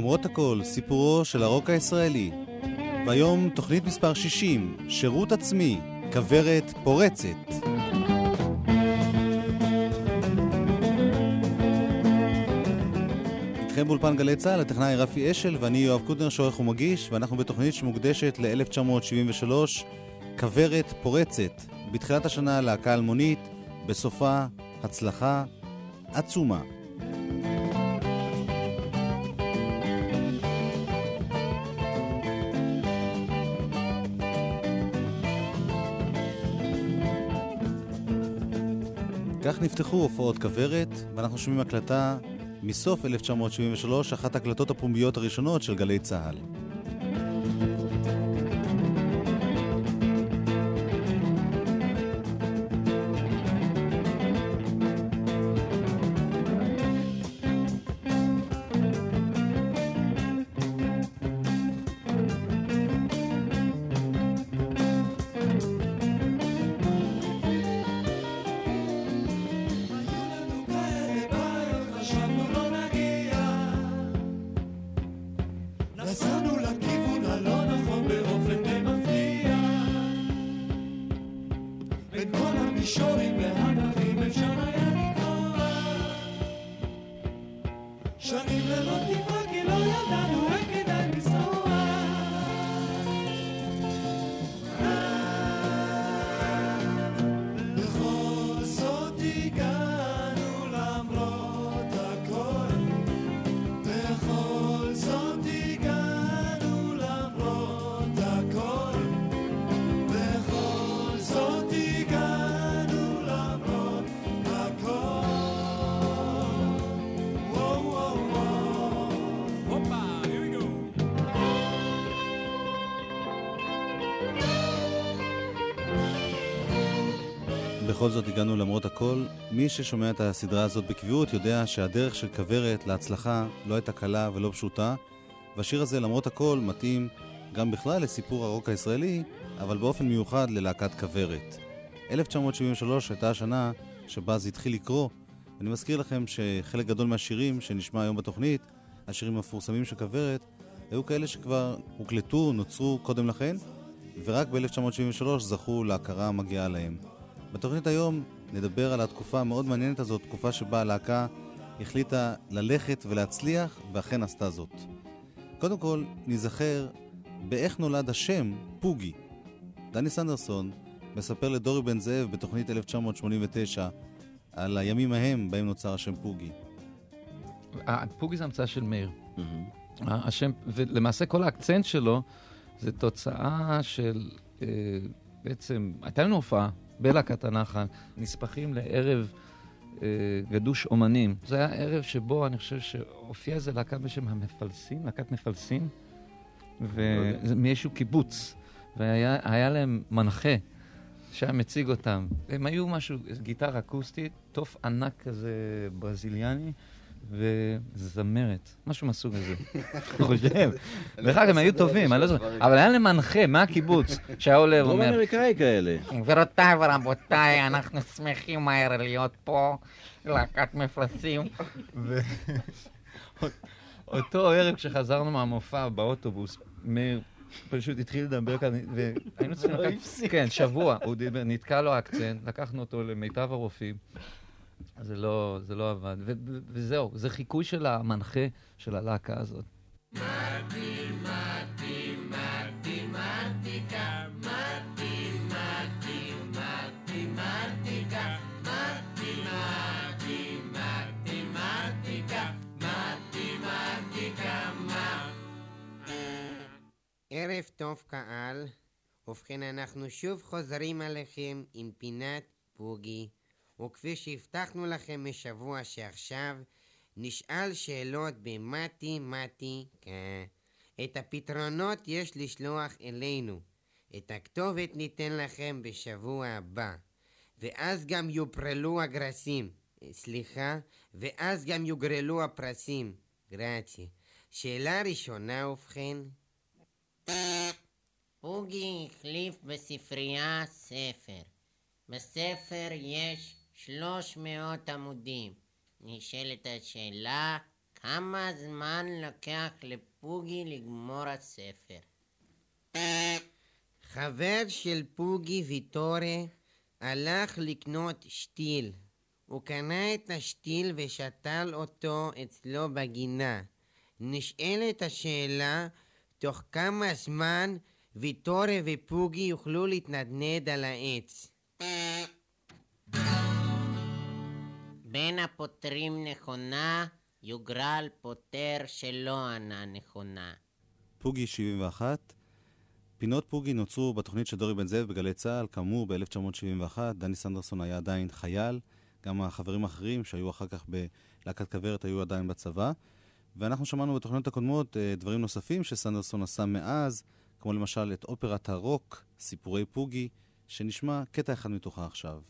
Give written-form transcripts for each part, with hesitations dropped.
למרות הכל, סיפורו של הרוק הישראלי. והיום תוכנית מספר 60, שירות עצמי, כברת פורצת. איתכם באולפן גלי צהל, הטכנאי רפי אשל ואני יואב קוטנר שעורך ומגיש, ואנחנו בתוכנית שמוקדשת ל-1973, כברת פורצת. בתחילת השנה להקה אלמונית, בסופה הצלחה עצומה. כך נפתחו הופעות כברת, ואנחנו שומעים הקלטה מסוף 1973, אחת הקלטות הפומביות הראשונות של גלי צהל. בכל זאת הגענו למרות הכל. מי ששומע את הסדרה הזאת בקביעות יודע שהדרך של כברת להצלחה לא הייתה קלה ולא פשוטה, והשיר הזה למרות הכל מתאים גם בכלל לסיפור הרוק הישראלי, אבל באופן מיוחד ללהקת כברת. 1973 הייתה השנה שבה זה התחיל לקרוא. אני מזכיר לכם שחלק גדול מהשירים שנשמע היום בתוכנית, השירים המפורסמים של כברת, היו כאלה שכבר הוקלטו, נוצרו קודם לכן, ורק ב-1973 זכו להכרה המגיעה להם. בתוכנית היום נדבר על התקופה המאוד מעניינת הזאת, תקופה שבה הלהקה החליטה ללכת ולהצליח, ואכן עשתה זאת. קודם כל, נזכר באיך נולד השם פוגי. דני סנדרסון מספר לדורי בן זאב בתוכנית 1989 על הימים ההם בהם נוצר השם פוגי. פוגי זה המצאה של מאיר. השם, ולמעשה כל האקצנט שלו זה תוצאה של, בעצם, הייתה לנו הופעה בלהקת הנחל, נספחים לערב גדוש אומנים. זה היה ערב שבו אני חושב שהופיע איזה להקה בשם המפלסים, להקת מפלסים, ומאיזשהו קיבוץ, והיה להם מנחה שהיה מציג אותם. הם היו משהו, גיטרה אקוסטית, תוף ענק כזה ברזיליאני, וזמרת, משהו מסוג הזה. אני חושב. ואחר הם היו טובים, אבל היה להם מנחה מהקיבוץ, שהיה עולה ואומר... דרום אמריקאי כאלה. גבירותיי ורבותיי, אנחנו שמחים מהר להיות פה, להקת מפלסים. אותו ערב כשחזרנו מהמופע באוטובוס, מאיר פשוט התחיל לדבר כאן, והיינו צריכים לקחת... כן, שבוע, הוא נתקע לו האקצנט, לקחנו אותו למיטב הרופאים. זה לא עבד, וזהו, זה חיקוי של המנחה של הלהקה הזאת. ערב טוב קהל, ובכן אנחנו שוב חוזרים עליכם עם פינת פוגי. וכפי שהבטחנו לכם משבוע שעכשיו, נשאל שאלות במתי, את הפתרונות יש לשלוח אלינו. את הכתובת ניתן לכם בשבוע הבא. ואז גם יופרלו הגרסים. ואז גם יוגרלו הפרסים. גרציה. שאלה ראשונה ובכן. פוגי החליף בספרייה ספר. בספר יש 300 עמודים. נשאלת השאלה, כמה זמן לוקח לפוגי לגמור הספר? חבר של פוגי ויטורה הלך לקנות שתיל. הוא קנה את השתיל ושתל אותו אצלו בגינה. נשאלת השאלה, תוך כמה זמן ויטורה ופוגי יוכלו להתנדנד על העץ? בין הפותרים נכונה, יוגרל פותר שלא ענה נכונה. פוגי 71. פינות פוגי נוצרו בתוכנית של דורי בן זאב בגלי צהל, כאמור ב-1971. דני סנדרסון היה עדיין חייל, גם החברים האחרים שהיו אחר כך בלהקת כוורת היו עדיין בצבא. ואנחנו שמענו בתוכניות הקודמות דברים נוספים שסנדרסון עשה מאז, כמו למשל את אופרת הרוק, סיפורי פוגי, שנשמע קטע אחד מתוכה עכשיו.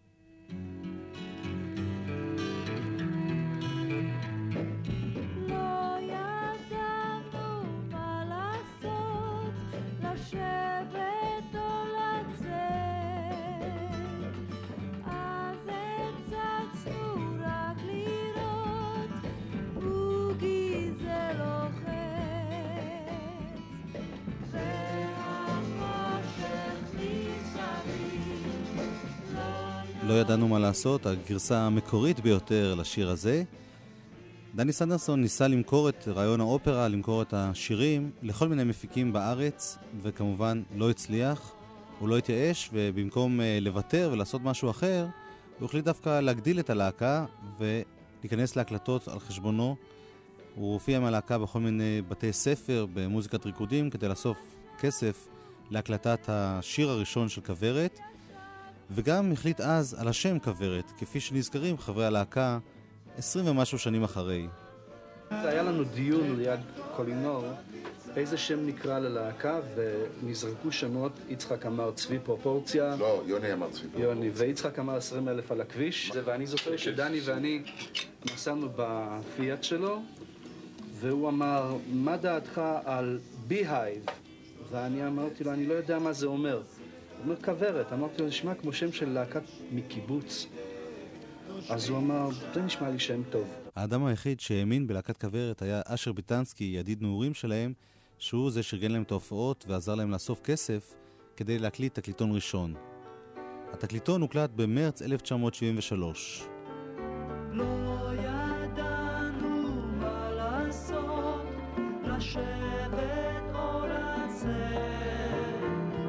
לא ידענו מה לעשות, הגרסה המקורית ביותר לשיר הזה. דני סנדרסון ניסה למכור את רעיון האופרה, למכור את השירים לכל מיני מפיקים בארץ, וכמובן לא הצליח, הוא לא התייאש, ובמקום לוותר ולעשות משהו אחר, הוא החליט דווקא להגדיל את הלהקה ולהיכנס להקלטות על חשבונו. הוא הופיע עם הלהקה בכל מיני בתי ספר, במוזיקת ריקודים, כדי לאסוף כסף להקלטת השיר הראשון של כוורת, וגם החליט אז על השם כוורת, כפי שנזכרים חברי הלהקה 20 ומשהו שנים אחרי. היה לנו דיון ליד קולינור, איזה שם נקרא ללהקה, ונזרקו שמות. יצחק אמר צבי פרופורציה. לא, יוני אמר צבי פרופורציה. יוני, ויצחק אמר 20,000 על הכביש. ואני זוכר שדני ואני נסענו בפיאט שלו, והוא אמר, מה דעתך על ביהייב? ואני אמרתי לו, אני לא יודע מה זה אומר. הוא אומר כוורת. אמרתי לו, זה נשמע כמו שם של להקת מקיבוץ. אז הוא אמר, זה נשמע לי שם טוב. האדם היחיד שהאמין בלהקת כוורת היה אשר ביטנסקי, ידיד נעורים שלהם, שהוא זה שארגן להם את ההופעות ועזר להם לאסוף כסף כדי להקליט תקליטון ראשון. התקליטון הוקלט במרץ 1973. לא ידענו מה לעשות, לשבת או לצאת,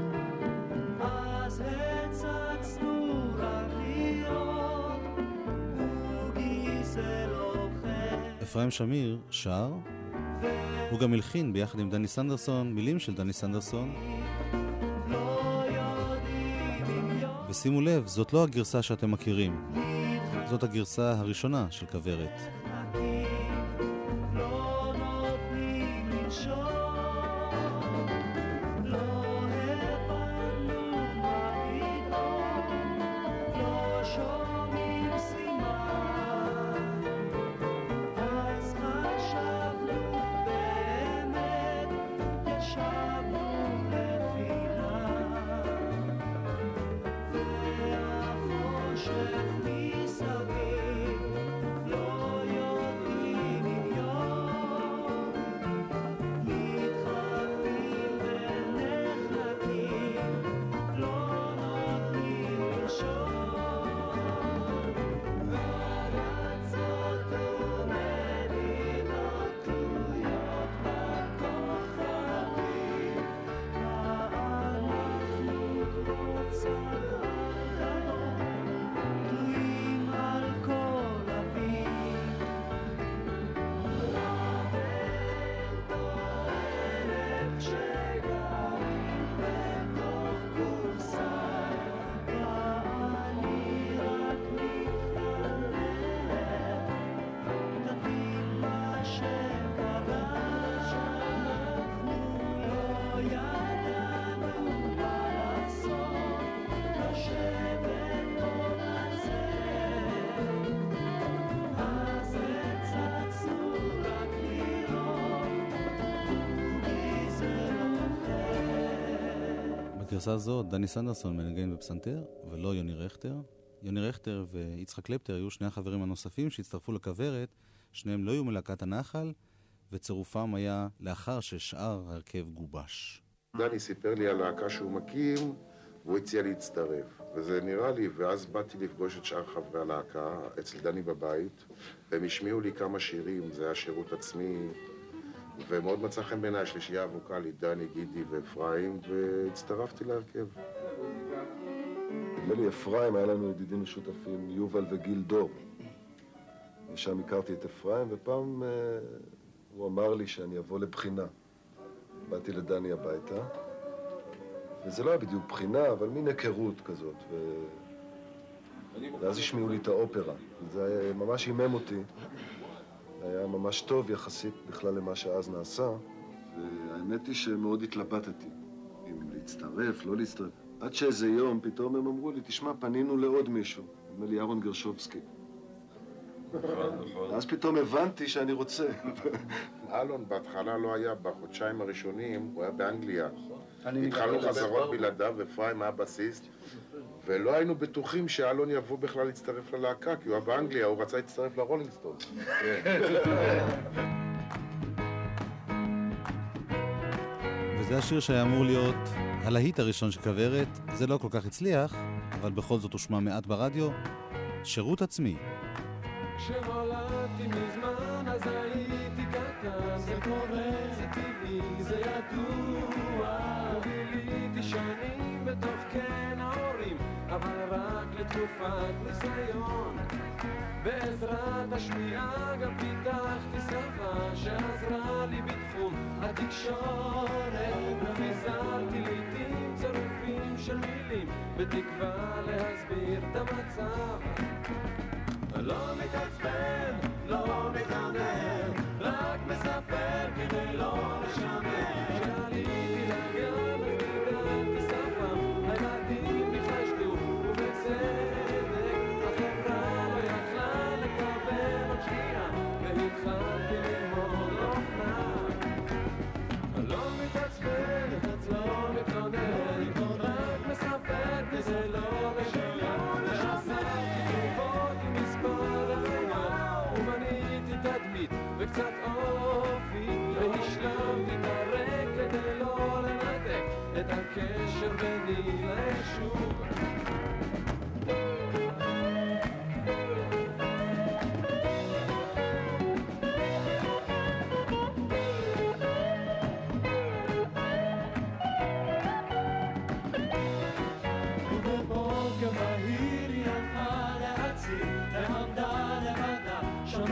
אז הצצנו רק לראות, בוגי זה לוחם. אפרים שמיר שר, הוא גם מלחין ביחד עם דני סנדרסון, מילים של דני סנדרסון. ושימו לב, זאת לא הגרסה שאתם מכירים, זאת הגרסה הראשונה של כוורת. בגרסה הזאת דני סנדרסון מנגן בפסנתר ולא יוני רכטר. יוני רכטר ויצחק קלפטר היו שני החברים הנוספים שהצטרפו לכוורת שניהם לא היו מלהקת הנחל, וצירופם היה לאחר ששאר הרכב גובש. דני סיפר לי על להקה שהוא מקים, והוא הציע להצטרף. וזה נראה לי, ואז באתי לפגוש את שאר חברי הלהקה אצל דני בבית, והם השמיעו לי כמה שירים, זה היה שירות עצמי, ומאוד מצא חן בעיניי, השלישייה הווקלית, דני, גידי ואפרים, והצטרפתי להרכב. נדמה לי אפרים, היה לנו ידידים משותפים, יובל וגיל דור. ושם הכרתי את אפרים, ופעם הוא אמר לי שאני אבוא לבחינה. באתי לדני הביתה, וזה לא היה בדיוק בחינה, אבל מין היכרות כזאת, ואז השמיעו לי את האופרה. זה ממש הימם אותי. היה ממש טוב יחסית בכלל למה שאז נעשה, והאמת היא שמאוד התלבטתי, אם להצטרף, לא להצטרף. עד שאיזה יום פתאום הם אמרו לי, תשמע, פנינו לעוד מישהו, נדמה לי אהרון גרשובסקי. אז פתאום הבנתי שאני רוצה. אלון בהתחלה לא היה, בחודשיים הראשונים הוא היה באנגליה. התחלנו חזרות בלעדיו, אפרים היה בסיסט, ולא היינו בטוחים שאלון יבוא בכלל להצטרף ללהקה, כי הוא היה באנגליה, הוא רצה להצטרף לרולינג סטונס. וזה השיר שהיה אמור להיות הלהיט הראשון של כוורת. זה לא כל כך הצליח, אבל בכל זאת הושמע מעט ברדיו. שירות עצמי. כשנולדתי מזמן אז הייתי קטן, זה קורה, זה טבעי, זה ידוע. וביליתי שנים בתוך קן ההורים, אבל רק לתקופת ניסיון. בעזרת השמיעה גם פיתחתי שפה שעזרה לי בתחום התקשורת, וחיזרתי לעתים צירופים של מילים בתקווה להסביר את המצב. לא מתעצבן, לא מתענן, רק מספר כדי לא לשמר. כשעליתי לגן וגידלתי שפה, הילדים נחשדו ובצדק. החברה לא יכלה לקבל עוד שנייה, והתחלתי ללמוד אופנה. לא מתעצבן, לא מתענן, רק מספר כדי לא לשמר. וקצת אופי, והשלמתי את הרק כדי לא לנתק את הקשר ביני לישוב. ובבוקר בהיר היא הלכה להציל, ועמדה לבדה שם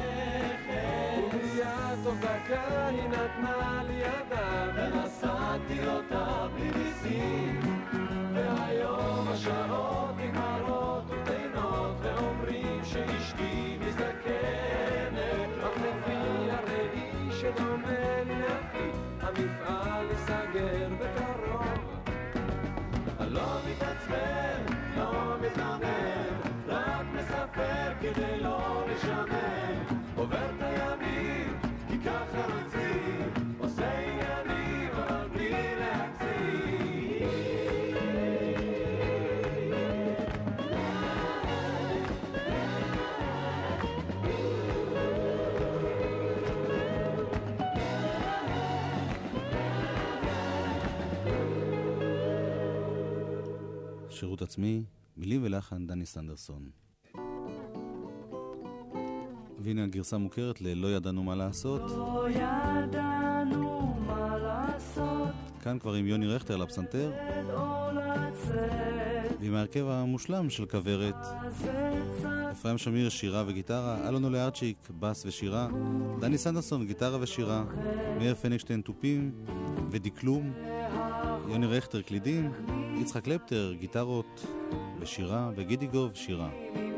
טוב דקה היא נתנה לי ידה, ונסעתי אותה בלי ניסים. והיום השעות נגמרות וטעינות, ואומרים שאשתי מזדקנת. אך לפי הראי שדומה לי אחי, המפעל ייסגר בקרוב. לא מתעצבן, לא מתעמם, רק מספר כדי לא לשמם. עובר את הימים כי ככה רצים, עושה עניינים אבל בלי להגזים. שירות עצמי, מילים ולחן דני סנדרסון. והנה הגרסה המוכרת ל"לא ידענו מה לעשות". לא ידענו מה לעשות, כאן כבר עם יוני רכטר לפסנתר, ועם ההרכב המושלם של כוורת, אפרים שמיר שירה וגיטרה, אלון אולארצ'יק בס ושירה, דני סנדרסון גיטרה ושירה, מאיר פניקשטיין טופים ודקלום, יוני רכטר קלידים, יצחק קלפטר גיטרות ושירה, וגידי גוב שירה.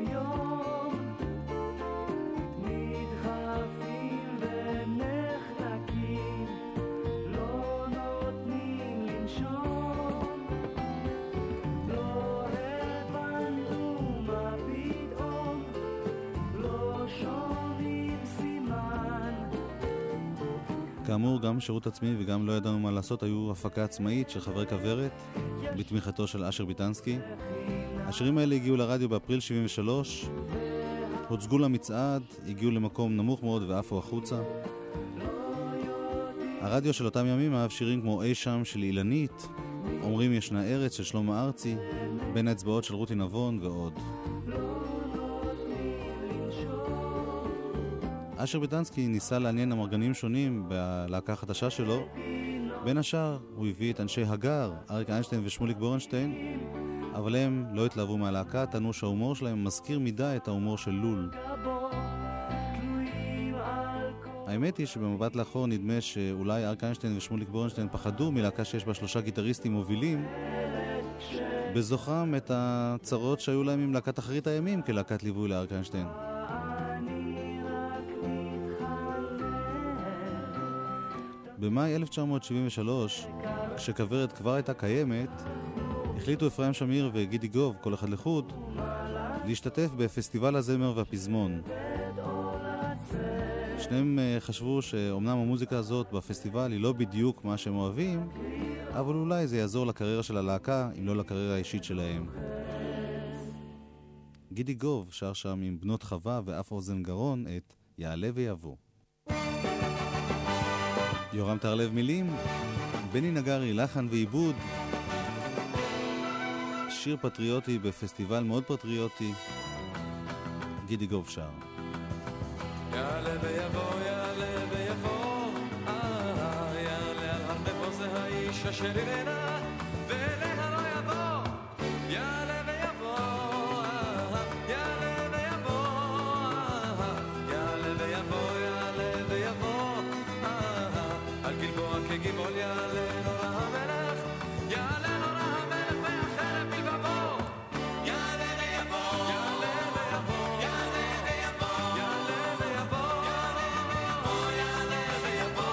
כאמור, גם שירות עצמי וגם לא ידענו מה לעשות היו הפקה עצמאית של חברי כוורת בתמיכתו של אשר ביטנסקי. השירים האלה הגיעו לרדיו באפריל 73, הוצגו למצעד, הגיעו למקום נמוך מאוד ועפו החוצה. הרדיו של אותם ימים אהב שירים כמו אי שם של אילנית, אומרים ישנה ארץ של שלמה ארצי, בין האצבעות של רותי נבון ועוד. אשר ביטנסקי ניסה לעניין אמרגנים שונים בלהקה החדשה שלו. בין השאר הוא הביא את אנשי הגר, אריק איינשטיין ושמוליק בורנשטיין, אבל הם לא התלהבו מהלהקה, טענו שההומור שלהם מזכיר מדי את ההומור של לול. האמת היא שבמבט לאחור נדמה שאולי אריק איינשטיין ושמוליק בורנשטיין פחדו מלהקה שיש בה 3 גיטריסטים מובילים, בזוכרם את הצרות שהיו להם עם להקת אחרית הימים כלהקת ליווי לאריק איינשטיין. במאי 1973, כשכוורת כבר הייתה קיימת, החליטו אפרים שמיר וגידי גוב, כל אחד לחוד, להשתתף בפסטיבל הזמר והפזמון. שניהם חשבו שאומנם המוזיקה הזאת בפסטיבל היא לא בדיוק מה שהם אוהבים, אבל אולי זה יעזור לקריירה של הלהקה, אם לא לקריירה האישית שלהם. גידי גוב שר שם עם בנות חווה ואף אוזן גרון את יעלה ויבוא. יורם תרלב מילים, בני נגרי לחן ועיבוד, שיר פטריוטי בפסטיבל מאוד פטריוטי, גידי גוב שר. יעלה ויבוא, יעלה ויבוא, יעלה על הרנבו זה האיש אשר ירנה, ואליה לא יבוא, יעלה ויבוא, יעלה ויבוא, יעלה ויבוא, יעלה ויבוא, על גלבוע כגיבול יעלה נורא המלך, יעלה נורא המלך והחרב בלבבו, יעלה ויבוא, יעלה ויבוא, יעלה ויבוא, יעלה ויבוא, יעלה ויבוא,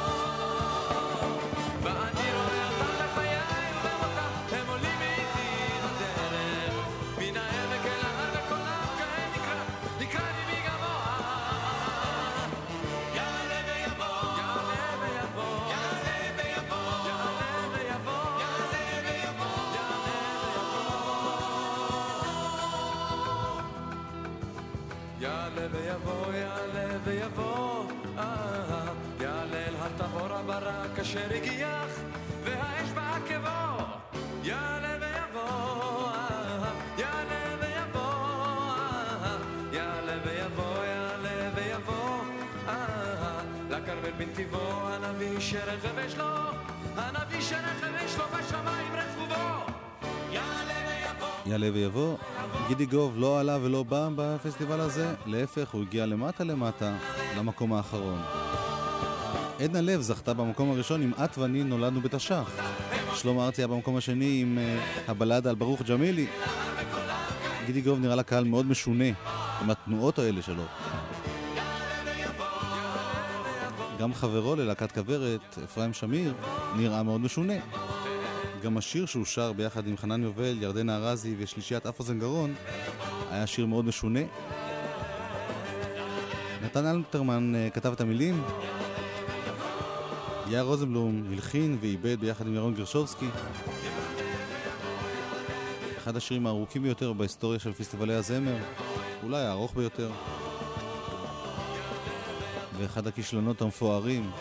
ואני רואה אותם בחיי ובמותם, הם עולים איתי בדרך, מן העמק אל ההר וקולם כהן נקרא לי מגבוה, יעלה ויבוא, יעלה ויבוא, יעלה ויבוא, יעלה ויבוא, יעלה ויבוא, יעלה ויבוא, יעלה ויבוא, יעלה אל הר תבור הברק אשר הגיח והאש בעקבו, יעלה ויבוא, יעלה ויבוא, יעלה ויבוא, יעלה ויבוא, לכרמל בנתיבו הנביא שרכב יש לו, הנביא שרכב יש לו בשמיים רכובו, יעלה ויבוא, יעלה ויבוא. גידי גוב לא עלה ולא בא בפסטיבל הזה, להפך, הוא הגיע למטה למקום האחרון. עדנה לב זכתה במקום הראשון עם את ואני נולדנו בתש"ח. שלמה ארצי היה במקום השני עם הבלדה על ברוך ג'מילי. גידי גוב נראה לקהל מאוד משונה עם התנועות האלה שלו. גם חברו ללהקת כוורת, אפרים שמיר, נראה מאוד משונה. גם השיר שהוא שר ביחד עם חנן יובל, ירדנה ארזי ושלישיית אף אוזן גרון היה שיר מאוד משונה. נתן אלתרמן כתב את המילים, יאיר רוזנבלום הלחין ואיבד ביחד עם ירון גרשובסקי. אחד השירים הארוכים ביותר בהיסטוריה של פסטיבלי הזמר, אולי הארוך ביותר, ואחד הכישלונות המפוארים,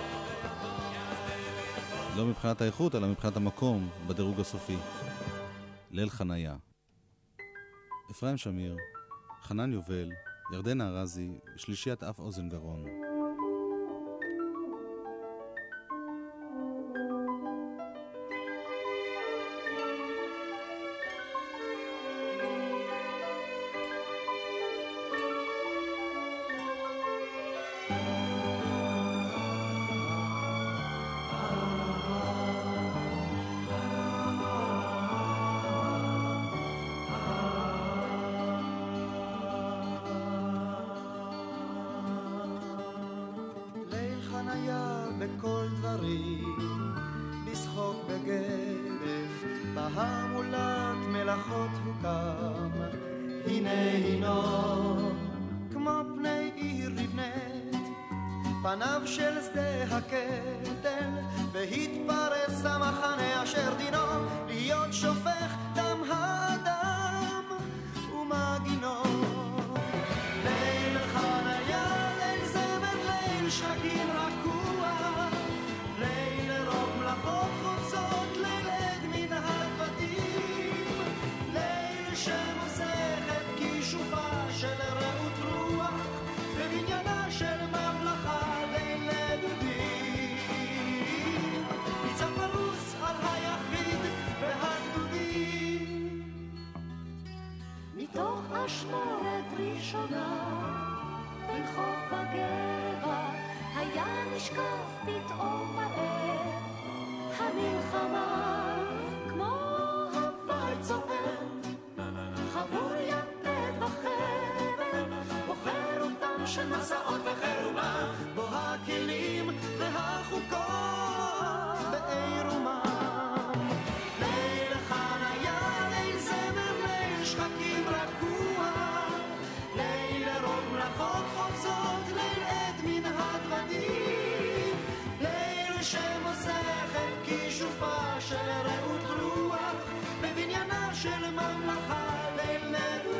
לא מבחינת האיכות, אלא מבחינת המקום בדירוג הסופי. ליל חניה. אפרים שמיר, חנן יובל, ירדנה ארזי, שלישיית אף אוזן גרון. פניו של שדה הקטל, והתפרס המחנה אשר דינו להיות שופך דם האדם ומגינו. של מסעות וחירומה, בו הכלים והחוקות בעירומם. ליל חניה, ליל זמר, ליל שחקים רגוע, ליל רוב מלאכות חופזות, ליל עד מן הדודים, ליל שמוסכת כישופה של רעות רוח, בבניינה של ממלכה ליל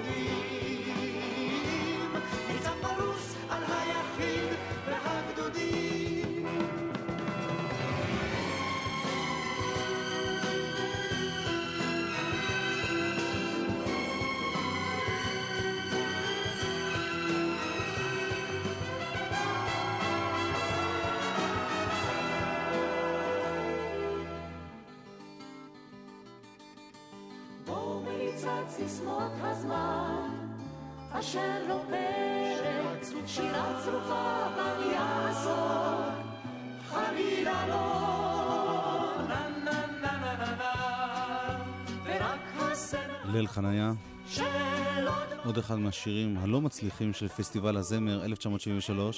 נדודים, ניצב פרוס על היחיד והגדודים. בו מריצת סיסמות הזמן, אשר לא פרק, שירה צרופה בל יעסוק, חלילה לא, נה נה נה נה נה נה, ורק הסמר ליל חניה, של עוד עוד אחד מהשירים הלא מצליחים של פסטיבל הזמר 1973.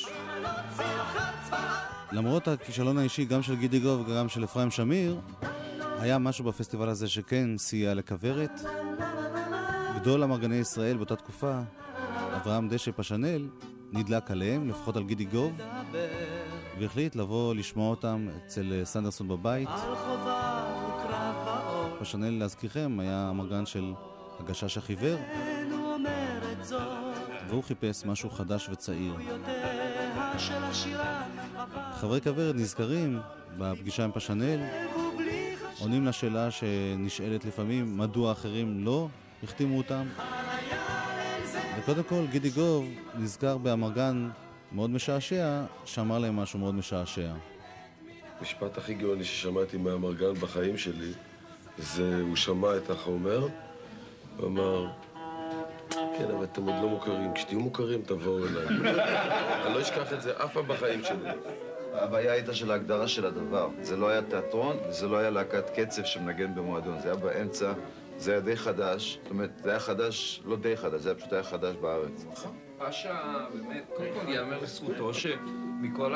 למרות הכישלון האישי גם של גידי גוב וגם של אפרים שמיר, היה משהו בפסטיבל הזה שכן סייע לכוורת. גדול המרגני ישראל באותה תקופה, אברהם דשא פשנל, נדלק עליהם, לפחות על גידי גוב, והחליט לבוא לשמוע אותם אצל סנדרסון בבית. פשנל, להזכירכם, היה המרגן של הגשש החיוור, והוא חיפש משהו חדש וצעיר. חברי כוורת נזכרים בפגישה עם פשנל, עונים לשאלה שנשאלת לפעמים מדוע האחרים לא החתימו אותם. וקודם כל גידי גוב נזכר באמרגן מאוד משעשע שאמר להם משהו מאוד משעשע. המשפט הכי גאוני ששמעתי מהאמרגן בחיים שלי זה, הוא שמע את החומר ואמר, כן, אבל אתם עוד לא מוכרים, כשתהיו מוכרים תבואו אליי. אני לא אשכח את זה אף פעם בחיים שלי. הבעיה הייתה של ההגדרה של הדבר. זה לא היה תיאטרון, זה לא היה להקת קצב שמנגן במועדון. זה היה באמצע, זה היה די חדש. זאת אומרת, זה היה חדש, לא די חדש, זה היה פשוט היה חדש בארץ. פאשה, באמת, קודם כל יאמר לזכותו שמכל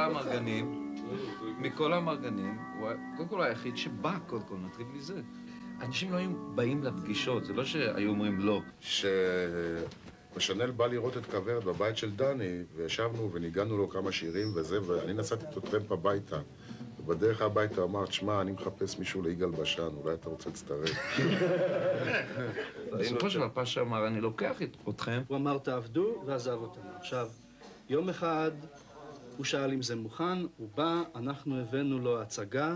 המרגנים, הוא קודם כל היחיד שבא, קודם כל, נתחיל מזה. אנשים לא היו באים לפגישות, זה לא שהיו אומרים לא. פשנל בא לראות את כוורת בבית של דני, וישבנו וניגענו לו כמה שירים וזה, ואני נסעתי את הטרמפ הביתה. ובדרך הביתה אמר, תשמע, אני מחפש מישהו ליגאל בשן, אולי אתה רוצה להצטרף. בסופו של דבר פאשה אמר, אני לוקח אתכם. הוא אמר, תעבדו, ועזב אותנו. עכשיו, יום אחד הוא שאל אם זה מוכן, הוא בא, אנחנו הבאנו לו הצגה,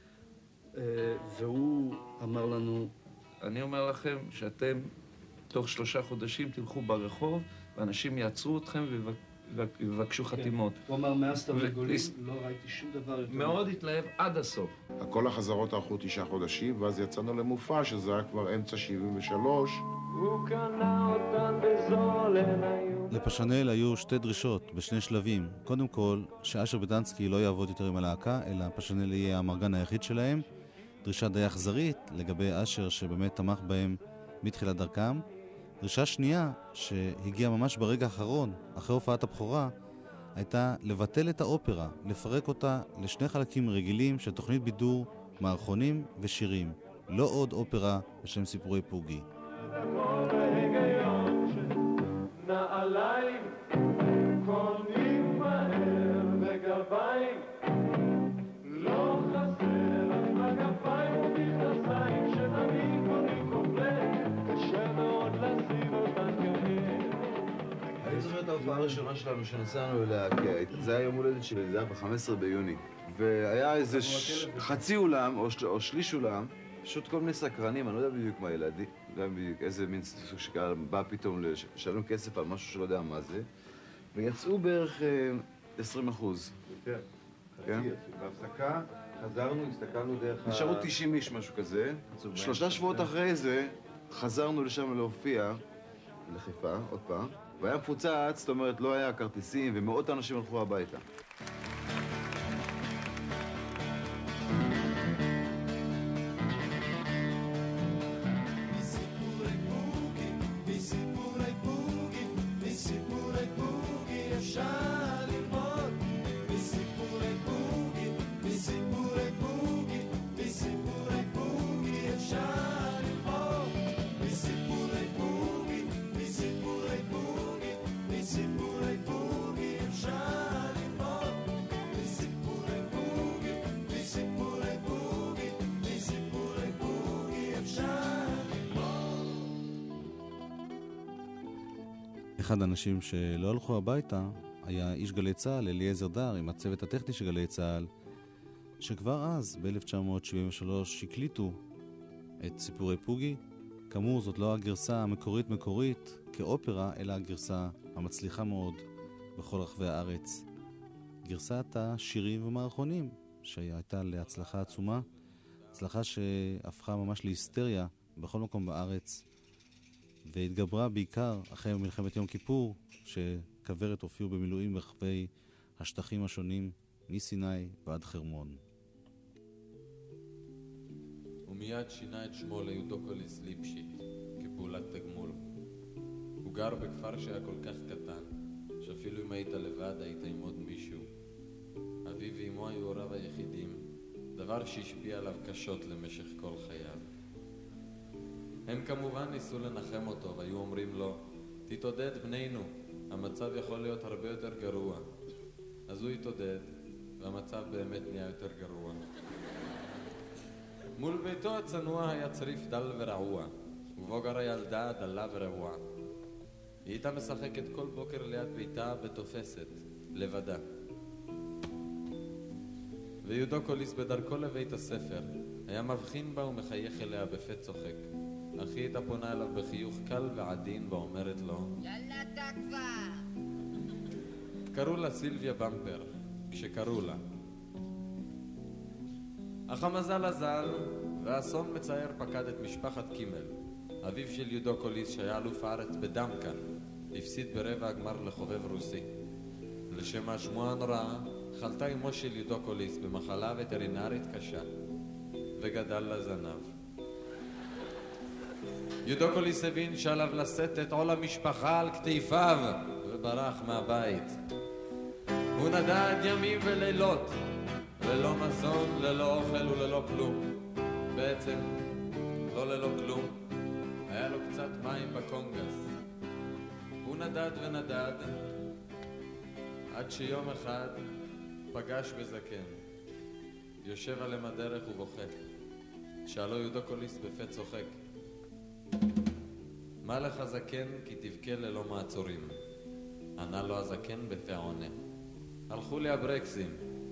והוא אמר לנו, אני אומר לכם שאתם תוך 3 חודשים תלכו ברחוב, ואנשים יעצרו אתכם ויבקשו חתימות. הוא אמר, מאז תרנגולים לא ראיתי שום דבר יותר. מאוד התלהב עד הסוף. כל החזרות ערכו 9 חודשים, ואז יצאנו למופע, שזה היה כבר אמצע 73. הוא קנה אותן בזול היום. לפשנל היו 2 דרישות בשני שלבים. קודם כל, שאשר בדנסקי לא יעבוד יותר עם הלהקה, אלא פשנל יהיה המרגן היחיד שלהם. דרישה די אכזרית לגבי אשר שבאמת תמך בהם מתחילת דרכם. דרישה שנייה, שהגיעה ממש ברגע האחרון, אחרי הופעת הבכורה, הייתה לבטל את האופרה, לפרק אותה ל2 חלקים רגילים של תוכנית בידור, מערכונים ושירים. לא עוד אופרה בשם סיפורי פוגי. נעליים, קונים מהר וגרביים, לא חסר רק מגפיים ומכנסיים שתמיד קונים קומפלט, קשה מאוד לשים אותן כאלה. אני זוכר את ההופעה הראשונה שלנו שנסענו אליה, זה היה יום הולדת שלי, זה היה ב-15 ביוני. והיה איזה חצי אולם או שליש אולם, פשוט כל מיני סקרנים, אני לא יודע בדיוק מה ילדים, לא יודע בדיוק איזה מין סוג שקרה, בא פתאום לשלם כסף על משהו שלא יודע מה זה, ויצאו בערך 20%. כן, בהפסקה חזרנו, הסתכלנו דרך נשארו 90 איש, משהו כזה. 3 שבועות אחרי זה חזרנו לשם להופיע, לחיפה, עוד פעם, והיה מפוצץ, זאת אומרת, לא היה כרטיסים, ומאות אנשים הלכו הביתה. סיפורי בוגי, סיפורי בוגי, אחד האנשים שלא הלכו הביתה היה איש גלי צהל, אליעזר דר, עם הצוות הטכני של גלי צהל, שכבר אז, ב-1973, הקליטו את סיפורי פוגי. כאמור, זאת לא הגרסה המקורית כאופרה, אלא הגרסה המצליחה מאוד בכל רחבי הארץ. גרסת השירים ומערכונים, שהייתה להצלחה עצומה, הצלחה שהפכה ממש להיסטריה בכל מקום בארץ, והתגברה בעיקר אחרי מלחמת יום כיפור, שכוורת הופיעו במילואים ברחבי השטחים השונים, מסיני ועד חרמון. ומיד שינה את שמו ליודוקוליס ליפשיט, כפעולת תגמול. הוא גר בכפר שהיה כל כך קטן, שאפילו אם היית לבד היית עם עוד מישהו. אביו ואמו היו הוריו היחידים, דבר שהשפיע עליו קשות למשך כל חייו. הם כמובן ניסו לנחם אותו והיו אומרים לו, תתעודד בנינו, המצב יכול להיות הרבה יותר גרוע. אז הוא התעודד, והמצב באמת נהיה יותר גרוע. מול ביתו הצנוע היה צריף דל ורעוע, ובו גרה ילדה דלה ורעועה. היא הייתה משחקת כל בוקר ליד ביתה בתופסת, לבדה. ויודוקוליס בדרכו לבית הספר היה מבחין בה ומחייך אליה בפה צוחק. אך היא הייתה פונה אליו בחיוך קל ועדין ואומרת לו, יאללה תקווה! קראו לה סילביה במפר, כשקראו לה. אך המזל הזל והאסון מצער פקד את משפחת קימל. אביו של יודוקוליס שהיה אלוף הארץ בדמקה הפסיד ברבע הגמר לחובב רוסי. לשם השמועה הנוראה חלתה אמו של יודוקוליס במחלה וטרינרית קשה וגדל לה זנב. יודוקוליס הבין שעליו לשאת את עול המשפחה על כתפיו וברח מהבית. הוא נדד ימים ולילות, ללא מזון, ללא אוכל וללא כלום. בעצם לא ללא כלום, היה לו קצת מים בקונגס. הוא נדד ונדד עד שיום אחד פגש בזקן, יושב על המדרך ובוכה. שאלו יודוקוליס בפה צוחק, מה לך זקן כי תבכה ללא מעצורים? ענה לו הזקן בפה עונה, הלכו לי הברקסים.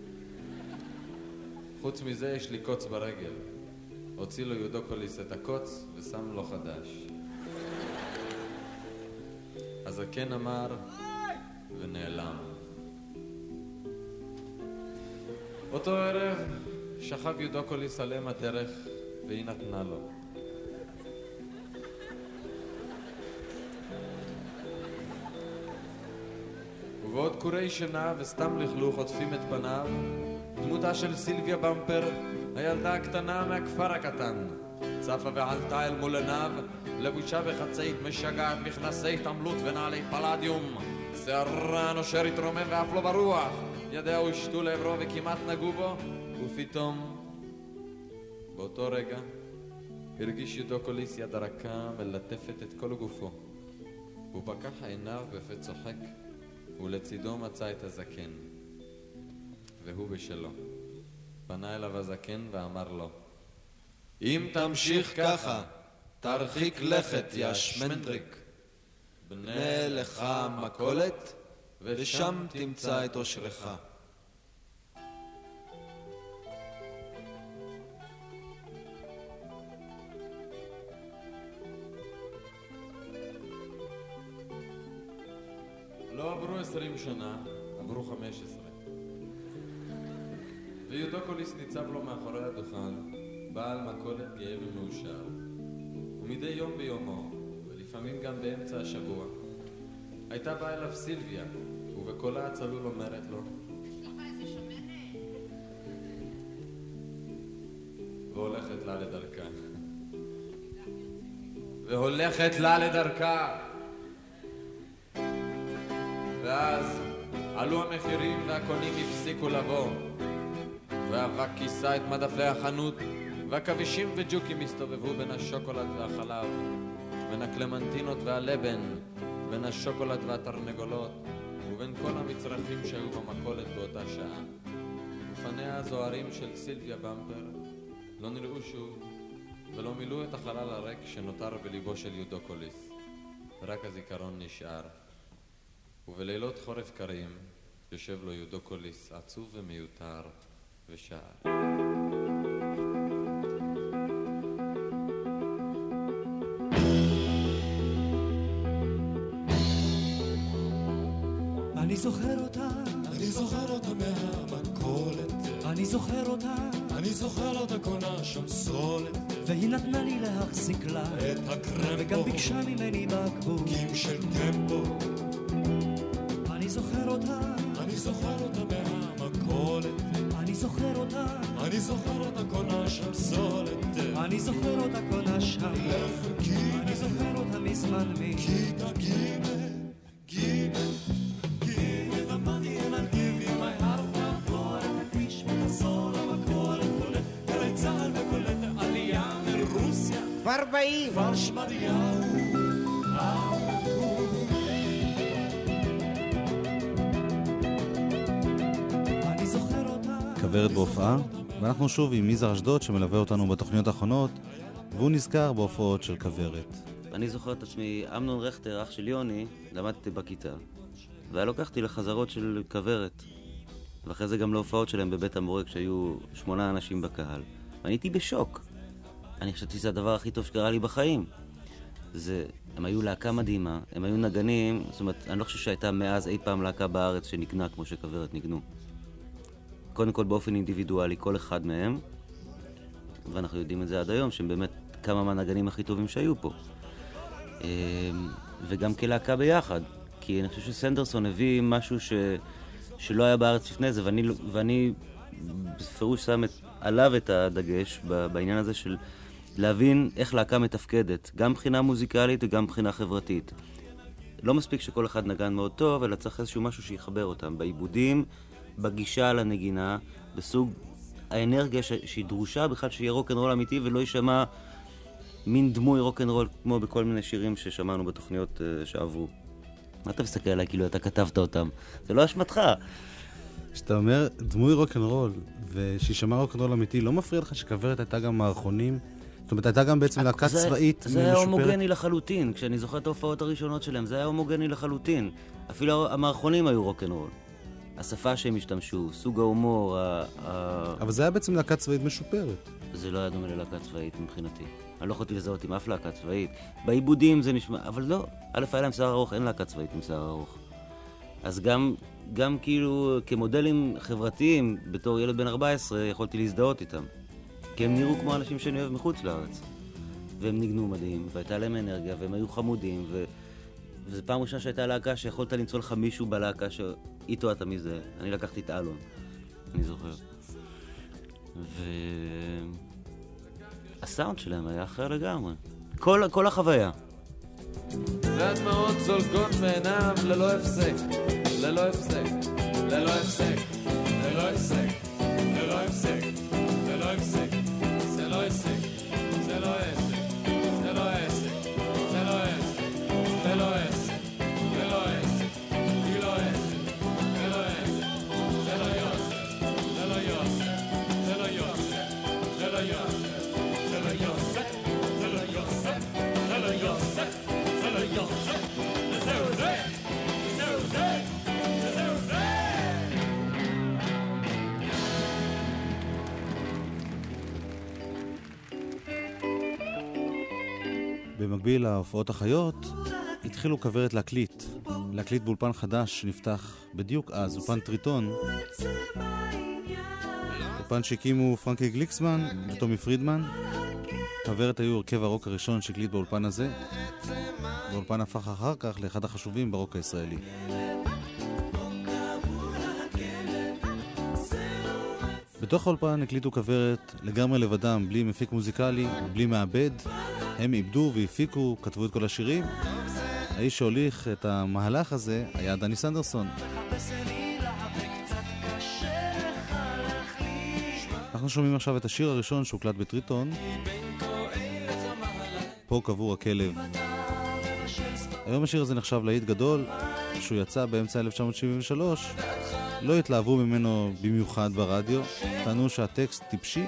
חוץ מזה יש לי קוץ ברגל. הוציא לו יודוקוליס את הקוץ ושם לו חדש. הזקן אמר ונעלם. אותו ערב שכב יודוקוליס על אם הדרך והיא נתנה לו. ובעוד קורי שינה וסתם לכלוך עוטפים את פניו, דמותה של סילביה במפר, הילדה הקטנה מהכפר הקטן, צפה ועלתה אל מול עיניו, לבושה בחצאית משגעת, מכנסי התעמלות ונעלי פלדיום, שערה נושר התרומם ואף לא ברוח, ידיה הושטו לעברו וכמעט נגעו בו, ופתאום באותו רגע הרגיש יודוקוליס יד רכה מלטפת את כל גופו. הוא פקח עיניו בפה צוחק, ולצידו מצא את הזקן, והוא בשלו. פנה אליו הזקן ואמר לו, אם תמשיך ככה, תרחיק לכת יא שמנדריק. בנה לך מקולת, ושם תמצא את אושרך. לא עברו 20 שנה, עברו 15. ויודוקוליס ניצב לו מאחורי הדוכן, בעל מכולת גאה ומאושר. ומדי יום ביומו, ולפעמים גם באמצע השבוע, הייתה באה אליו סילביה, ובקולה הצלול אומרת לו, יש לך איזה שמנת? והולכת לה לדרכה. והולכת לה לדרכה. ואז עלו המחירים והקונים הפסיקו לבוא, והאבק כיסה את מדפי החנות, והכבישים וג'וקים הסתובבו בין השוקולד והחלב, בין הקלמנטינות והלבן, בין השוקולד והתרנגולות, ובין כל המצרכים שהיו במכולת באותה שעה. ופניה הזוהרים של סילביה במפר לא נראו שוב, ולא מילאו את החלל הריק שנותר בליבו של יודוקוליס. רק הזיכרון נשאר. ובלילות חורף קרים יושב לו יודוקוליס עצוב ומיותר ושר. אני זוכר אותה, אני זוכר אותה מהמכולת, אני זוכר אותה, אני זוכר אותה קונה שם סולת, והיא נתנה לי להחזיק לה את הקרמבו, וגם ביקשה ממני בקבוקים של טמפו. אני זוכר אותה, אני זוכר אותה מהמכולת, אני זוכר אותה, אני זוכר אותה קונה שם סולת, אני זוכר אותה קונה שם לחם, אני זוכר אותה מזמן מכיתה גימל. כבר באים! כבר שמריהו אני זוכר אותה כוורת בהופעה, ואנחנו שוב עם יזהר אשדוד שמלווה אותנו בתוכניות האחרונות, והוא נזכר בהופעות של כוורת. אני זוכר את עצמי, אמנון רכטר, אח של יוני, למדתי בכיתה, והיה לוקחתי לחזרות של כוורת, ואחרי זה גם להופעות שלהם בבית המורה כשהיו 8 אנשים בקהל, ואני הייתי בשוק. אני חשבתי שזה הדבר הכי טוב שקרה לי בחיים. הם היו להקה מדהימה, הם היו נגנים, זאת אומרת, אני לא חושב שהייתה מאז אי פעם להקה בארץ שנגנה כמו שכוורת נגנו. קודם כל באופן אינדיבידואלי, כל אחד מהם, ואנחנו יודעים את זה עד היום, שהם באמת כמה מהנגנים הכי טובים שהיו פה. וגם כלהקה ביחד, כי אני חושב שסנדרסון הביא משהו שלא היה בארץ לפני זה, ואני בפירוש שם עליו את הדגש בעניין הזה של להבין איך להקה מתפקדת, גם מבחינה מוזיקלית וגם מבחינה חברתית. לא מספיק שכל אחד נגן מאוד טוב, אלא צריך איזשהו משהו שיחבר אותם, בעיבודים, בגישה לנגינה, בסוג האנרגיה שהיא דרושה בכלל שיהיה רוק'נ'רול אמיתי ולא יישמע מין דמוי רוק'נ'רול כמו בכל מיני שירים ששמענו בתוכניות שעברו. מה אתה מסתכל עליי כאילו אתה כתבת אותם? זה לא אשמתך. כשאתה אומר דמוי רוק'נ'רול ושישמע רוק'נ'רול אמיתי, לא מפריע לך שכוורת הייתה גם מערכונים? זאת אומרת, הייתה גם בעצם להקה צבאית משופרת? זה היה הומוגני לחלוטין. כשאני זוכר את ההופעות הראשונות שלהם, זה היה הומוגני לחלוטין. אפילו המערכונים היו רוק'נ'רול. השפה שהם השתמשו, סוג ההומור, אבל זה היה בעצם להקה צבאית משופרת. זה לא היה דומה ללהקה צבאית מבחינתי. אני לא יכולתי לזהות עם אף להקה צבאית. בעיבודים זה נשמע, אבל לא. א', היה להם שיער ארוך, אין להקה צבאית עם שיער ארוך. אז גם כאילו כמודלים חברתיים, בתור ילד בן 14, יכולתי להזדהות איתם. כי הם נראו כמו אנשים שאני אוהב מחוץ לארץ. והם ניגנו מדהים, והייתה להם אנרגיה, והם היו חמודים, וזו פעם ראשונה שהייתה להקה שיכולת למצוא לך מישהו בלהקה שאיתו אתה מזה. אני לקחתי את אלון, אני זוכר. הסאונד שלהם היה אחר לגמרי. כל החוויה. והדמעות זולגות מעיניו ללא הפסק, ללא הפסק, ללא הפסק, ללא הפסק, ללא הפסק, ללא הפסק, זה לא הפסק, זה לא הפסק, זה לא הפסק, זה לא הפסק, זה לא הפסק, זה לא הפסק, זה לא הפסק, זה לא הפסק, זה לא יוסף, זה לא יוסף, זה לא יוסף, זה לא יוסף, זה לא יוסף, זה לא יוסף, זה לא יוסף, זה לא יוסף, וזהו זה, וזהו זה, וזהו זה. במקביל להופעות החיות, התחילו כוורת להקליט באולפן חדש שנפתח בדיוק אז, אולפן טריטון. אולפן שהקימו פרנקי גליקסמן וטומי פרידמן. כוורת היו הרכב הרוק הראשון שהקליט באולפן הזה. באולפן הפך אחר כך לאחד החשובים ברוק הישראלי. בתוך האולפן הקליטו כוורת לגמרי לבדם, בלי מפיק מוזיקלי, בלי מעבד. הם איבדו והפיקו, כתבו את כל השירים. האיש שהוליך את המהלך הזה היה דני סנדרסון. אנחנו שומעים עכשיו את השיר הראשון שהוקלט בטריטון, פה קבור הכלב. היום השיר הזה נחשב להיט גדול, שהוא יצא באמצע 1973. לא התלהבו ממנו במיוחד ברדיו, טענו שהטקסט טיפשי.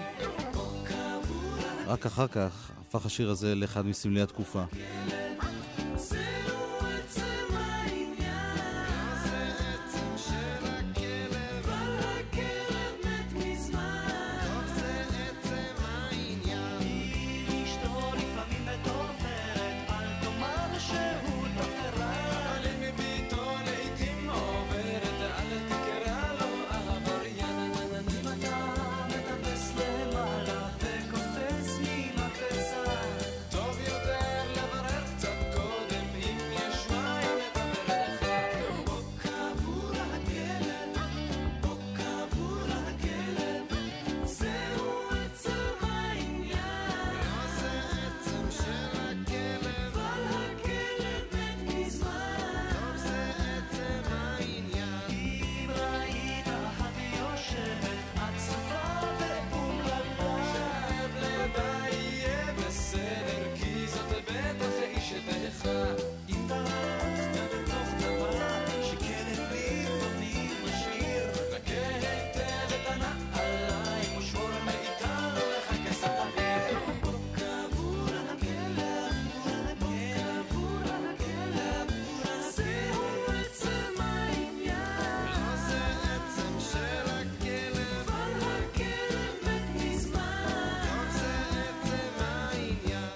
רק אחר כך הפך השיר הזה לאחד מסמלי התקופה.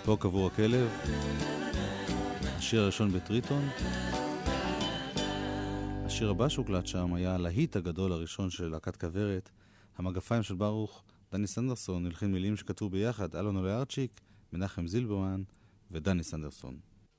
פה קבור הכלב, השיר הראשון בטריטון. השיר הבא שהוקלט שם היה הלהיט הגדול הראשון של להקת כוורת, המגפיים של ברוך. דני סנדרסון הלחין מילים שכתבו ביחד אלון אוליארצ'יק, מנחם זילברמן ודני סנדרסון.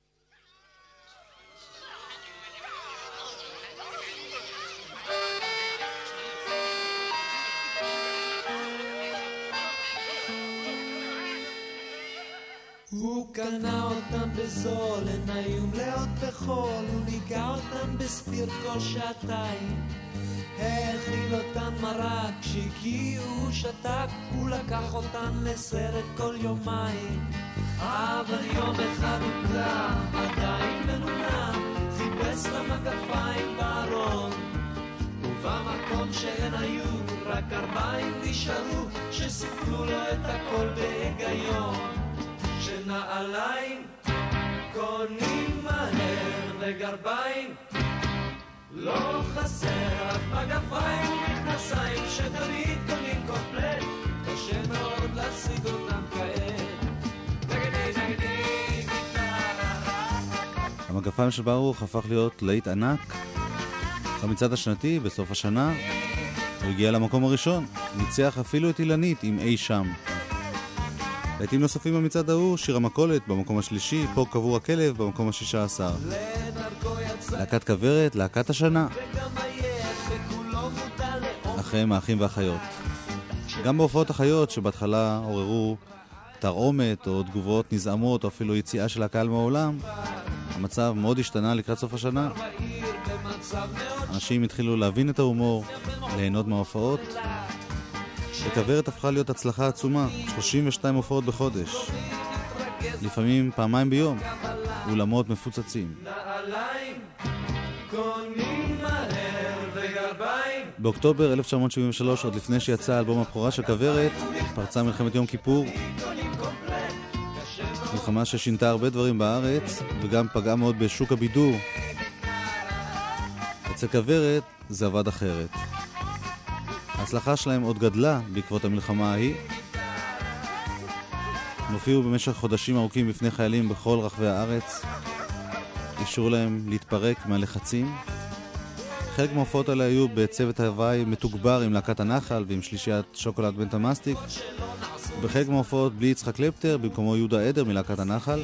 הוא קנה אותם בזול, הן היו מלאות בחול, הוא ניגע אותם בספיר כל שעתיים, האכיל אותן מרק, כשהגיעו הוא שתק, הוא לקח אותן לסרט כל יומיים, אבל יום אחד הוא קלע, עדיין מנונה, חיפש למגפיים בארון, ובמקום שהן היו, רק 4 נשארו, שסיפרו לו את הכל בהיגיון. שנעליים קונים מהר וגרביים לא חסר, רק מגפיים ומכנסיים שתמיד קונים קומפלט, קשה מאוד להשיג אותם כעת. המגפיים של ברוך הפך להיות להיט ענק במצעד השנתי בסוף השנה. הוא הגיע למקום הראשון, ניצח אפילו את אילנית עם אי שם. להיטים נוספים במצעד ההוא, שיר המכולת במקום השלישי, פה קבור הכלב במקום ה-16. להקת כוורת, להקת השנה. אחריהם האחים והאחיות. גם בהופעות החיות שבהתחלה עוררו תרעומת או תגובות נזעמות או אפילו יציאה של הקהל מהעולם, המצב מאוד השתנה לקראת סוף השנה. אנשים התחילו להבין את ההומור, ליהנות מההופעות. וכוורת הפכה להיות הצלחה עצומה, 32 הופעות בחודש, לפעמים פעמיים ביום, אולמות מפוצצים. באוקטובר 1973, עוד לפני שיצא אלבום הבכורה של כוורת, פרצה מלחמת יום כיפור, מלחמה ששינתה הרבה דברים בארץ וגם פגעה מאוד בשוק הבידור. אצל כוורת זה עבד אחרת. ההצלחה שלהם עוד גדלה בעקבות המלחמה ההיא. הם הופיעו במשך חודשים ארוכים בפני חיילים בכל רחבי הארץ, אפשרו להם להתפרק מהלחצים. חלק מההופעות האלה היו בצוות ההוואי מתוגבר עם להקת הנחל ועם שלישיית שוקולד בן תמאסטיק, בחלק מההופעות בלי יצחק קלפטר, במקומו יהודה עדר מלהקת הנחל,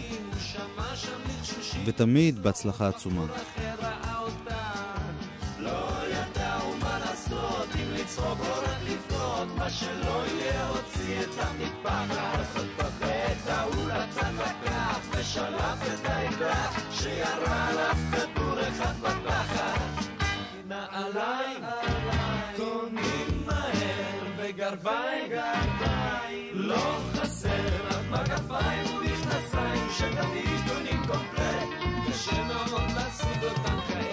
ותמיד בהצלחה עצומה. מה שלא יהיה הוציא את המטפחת ואת ההוא לצד לקח ושלף את האקדח שירה עליו כדור אחד בפחד. נעליים קונים מהר וגרביים לא חסר, רק מגפיים ומכנסיים שתמיד קונים קומפלט, קשה מאוד להשיג אותם כעת.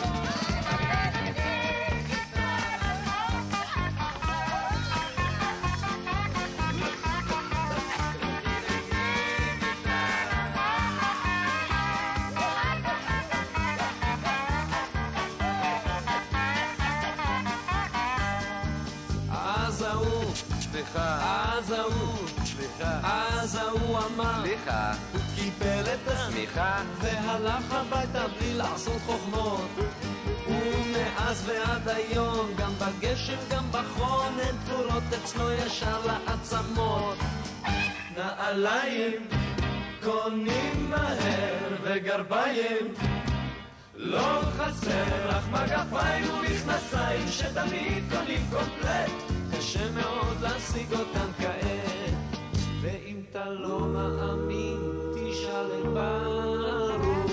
אז הוא אמר, הוא קיבל את הסמיכה והלך הביתה בלי לעשות חוכמות. ומאז ועד היום, גם בגשם גם בחון, הן תפורות אצלו ישר לעצמות. נעליים קונים מהר וגרביים לא חסר, אך מגפיים ומכנסיים שתמיד קונים קומפלט, קשה מאוד להשיג אותם כעת. ואם אתה לא מאמין, תשאל את ברוך.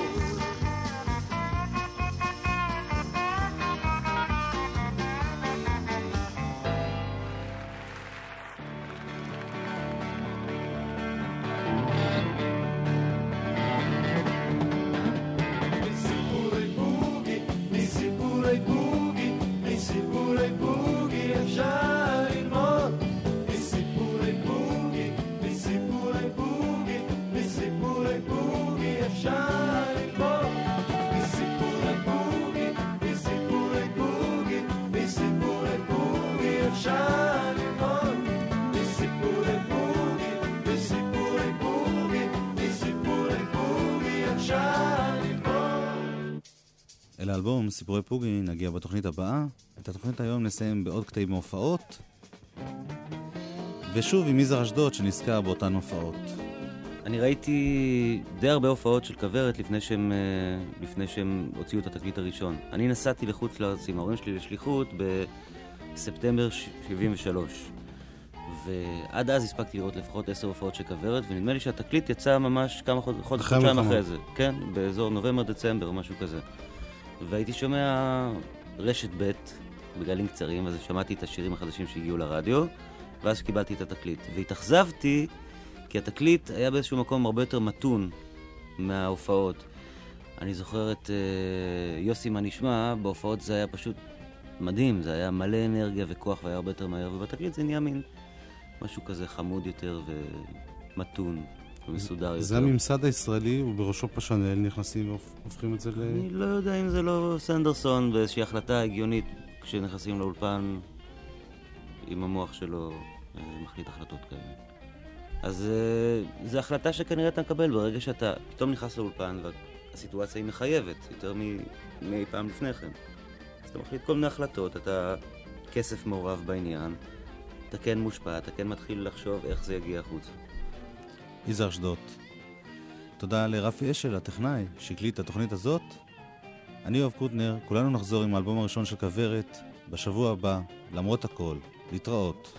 מסיפורי בוגי אפשר ללמוד, מסיפורי לאלבום סיפורי פוגי נגיע בתוכנית הבאה. את התוכנית היום נסיים בעוד קטעים מהופעות, ושוב עם יזהר אשדוד שנזכר באותן הופעות. אני ראיתי די הרבה הופעות של כוורת לפני שהם הוציאו את התקליט הראשון. אני נסעתי לחוץ לארץ עם ההורים שלי לשליחות בספטמבר 73. ועד אז הספקתי לראות לפחות 10 הופעות של כוורת, ונדמה לי שהתקליט יצא ממש כמה חודשיים אחרי זה. כן, באזור נובמבר-דצמבר או משהו כזה. והייתי שומע רשת ב' בגלים קצרים, אז שמעתי את השירים החדשים שהגיעו לרדיו, ואז קיבלתי את התקליט. והתאכזבתי, כי התקליט היה באיזשהו מקום הרבה יותר מתון מההופעות. אני זוכר את יוסי מה נשמע, בהופעות זה היה פשוט מדהים, זה היה מלא אנרגיה וכוח והיה הרבה יותר מהר, ובתקליט זה נהיה מין משהו כזה חמוד יותר ומתון ומסודר יותר. זה הממסד הישראלי, ובראשו פשנל נכנסים והופכים את זה אני לא יודע אם זה לא סנדרסון באיזושהי החלטה הגיונית כשנכנסים לאולפן עם המוח שלו מחליט החלטות כאלה. אז זו החלטה שכנראה אתה מקבל ברגע שאתה פתאום נכנס לאולפן והסיטואציה היא מחייבת יותר מאי פעם לפני כן. אז אתה מחליט כל מיני החלטות, אתה כסף מעורב בעניין, אתה כן מושפע, אתה כן מתחיל לחשוב איך זה יגיע החוצה. יזהר אשדוד. תודה לרפי אשל, הטכנאי, שהקליט את התוכנית הזאת. אני אוהב קוטנר, כולנו נחזור עם האלבום הראשון של כוורת בשבוע הבא, למרות הכל. להתראות.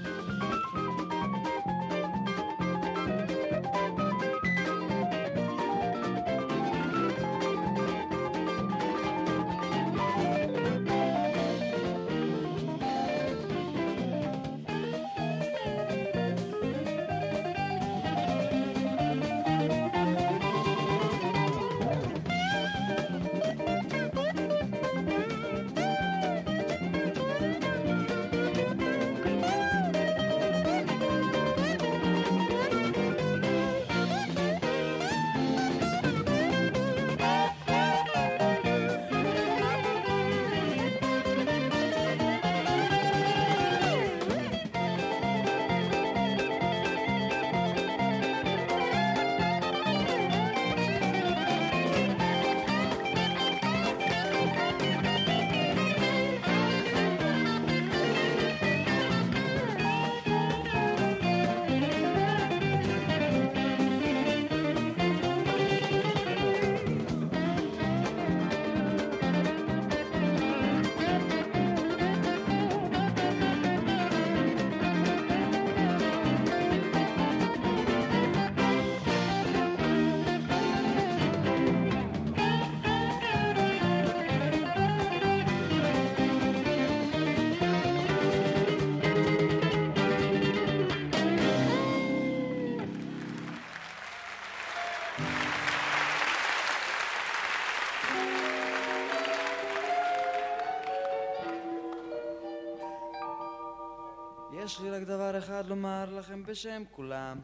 יש לי רק דבר אחד לומר לכם בשם כולם.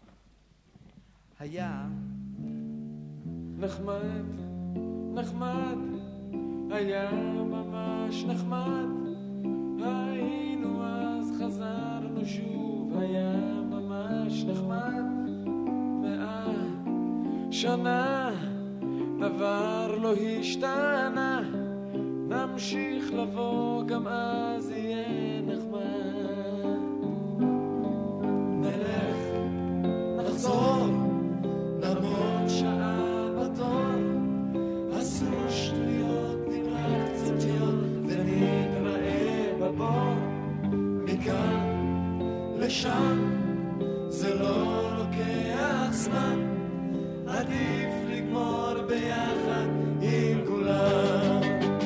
היה נחמד, נחמד, היה ממש נחמד. היינו אז חזרנו שוב, היה ממש נחמד. 100 שנה דבר לא השתנה, נמשיך לבוא גם אז יהיה נחמד. נלך, נחזור, נעמוד שעה בתור, עשו שטויות, נמרח קצתיות ונתראה בבור. מכאן לשם זה לא לוקח זמן, עדיף לגמור ביחד עם כולם.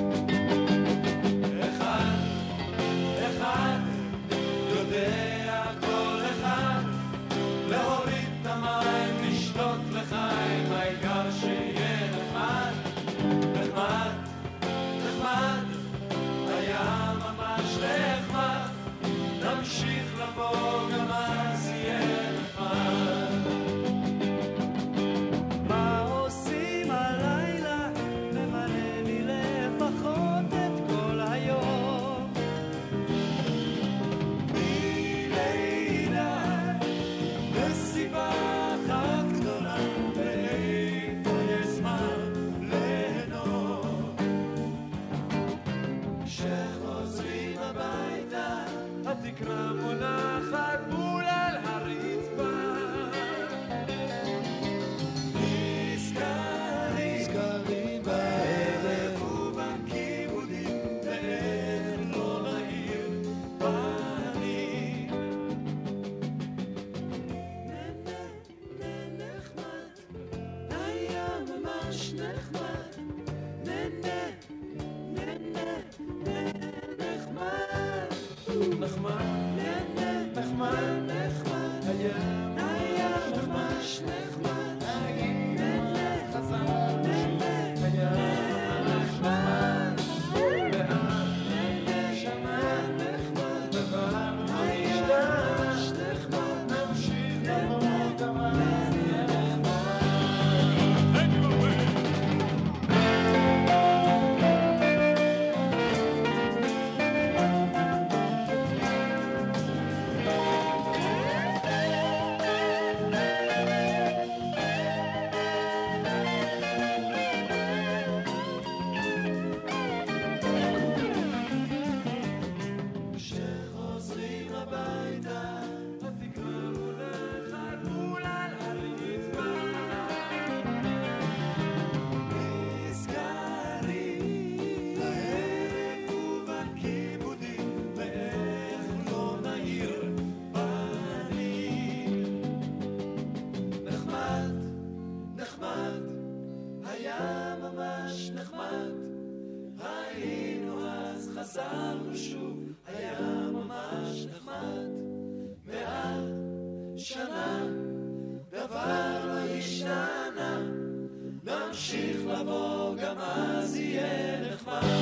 אחד יודע כל אחד להוריד את המים, לשתות לחיים, העיקר שיהיה נחמד. נחמד, נחמד, היה ממש נחמד, נמשיך לבוא גם אז יהיה נחמד. מה עושים הלילה? ממלא לי לפחות את כל היום. מלילה מסיבה אחת גדולה, ואיפה יש זמן ליהנות. נחמד, נהנה, נהנה, נחמד, נחמד, נהנה, נחמד, נחמד, היה ממש נחמד, נהנה, חזר, נהנה, היה ממש נחמד, ואז נהנה, שמע, נחמד, דבר לא ישתש, נחמד, נמשיך למרות המאז יהיה נחמד. כשחוזרים הביתה, תקראו לחתול על הרצפה. נזכרים בערב ובכיבודים, ואיך לא נעיר פנים. נחמד, נחמד, היה ממש נחמד, היינו אז חזרנו שוב, היה ממש נחמד. 100 שנה דבר לא השתנה, נמשיך לבוא גם אז יהיה נחמד.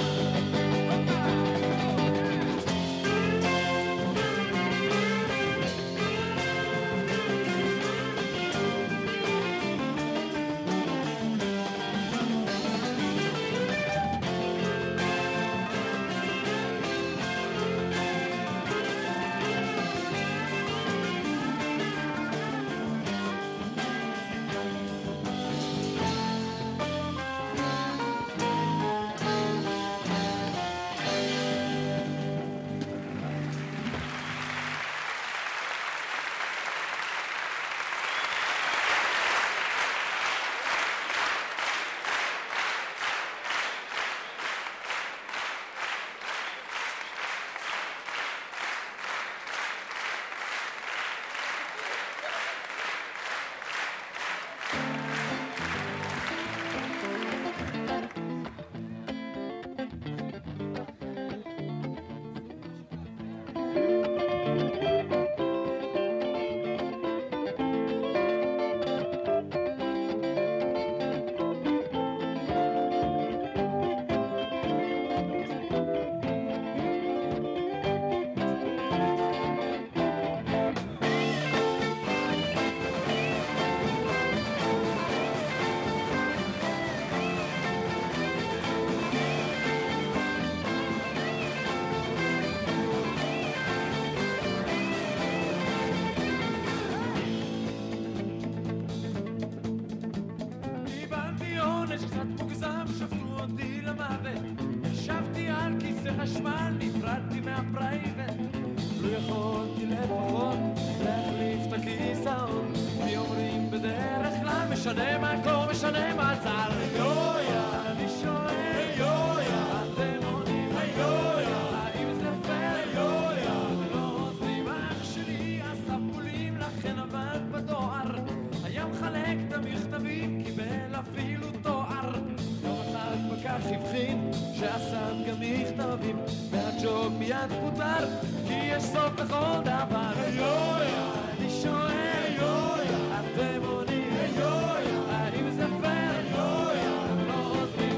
קיבלתי עונש קצת מוגזם, שפטו אותי למוות, ישבתי על כיסא חשמל, נפרדתי מהפרייבט, לא יכולתי לפחות להחליף את הכיסאות, מי אומרים בדרך כלל משנה מה קור, משנה מה צער. היויה, אני שואל, היויה, אתם עונים, היויה, האם זה פייר? היויה, לא עוזרים, אח שלי אסף בולים, לכן עבד בדואר, היה מחלק את המכתבים, קיבל אפילו תואר. יום אחד פקח הבחין שאסף גם מכתבים, והג'וב מיד פוטר, כי יש סוף לכל דבר. היויה, אני שואל, היויה, אתם עונים, היויה, האם זה פייר? היויה, לא עוזרים.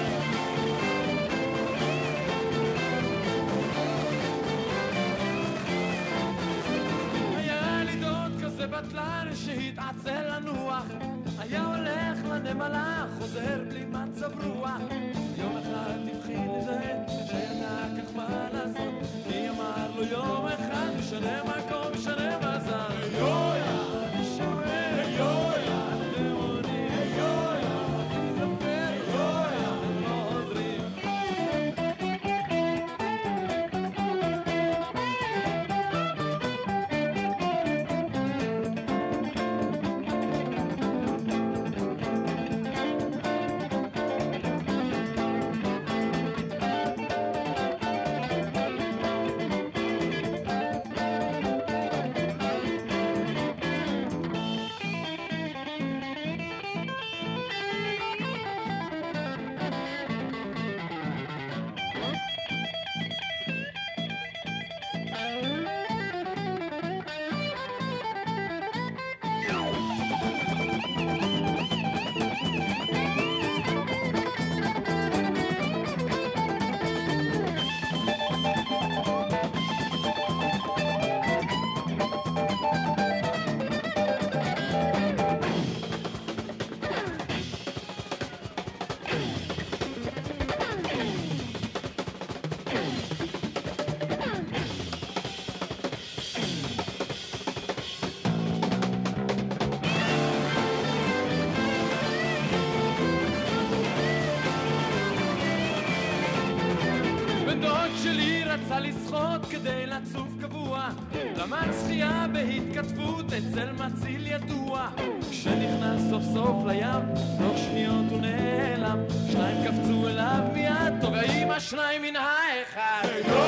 היה לי דוד כזה בטלן שהתעצל לנוח, היה הולך לנמלה, חוזר בלי מצב רוח. יום אחד הבחין לזה שידע כך מה לעשות, כי אמר לו יום אחד משנה מקום, משנה מזל. היויה, אני שואל, היויה, אתם עונים, היויה, אני זפר, היויה, אתם לא עוזרים. רצה לשחות כדי לצוף קבוע, למד שחייה בהתכתבות אצל מציל ידוע. כשנכנס סוף סוף לים, תוך שניות הוא נעלם. שניים קפצו אליו מיד, טובעים השניים מן האחד.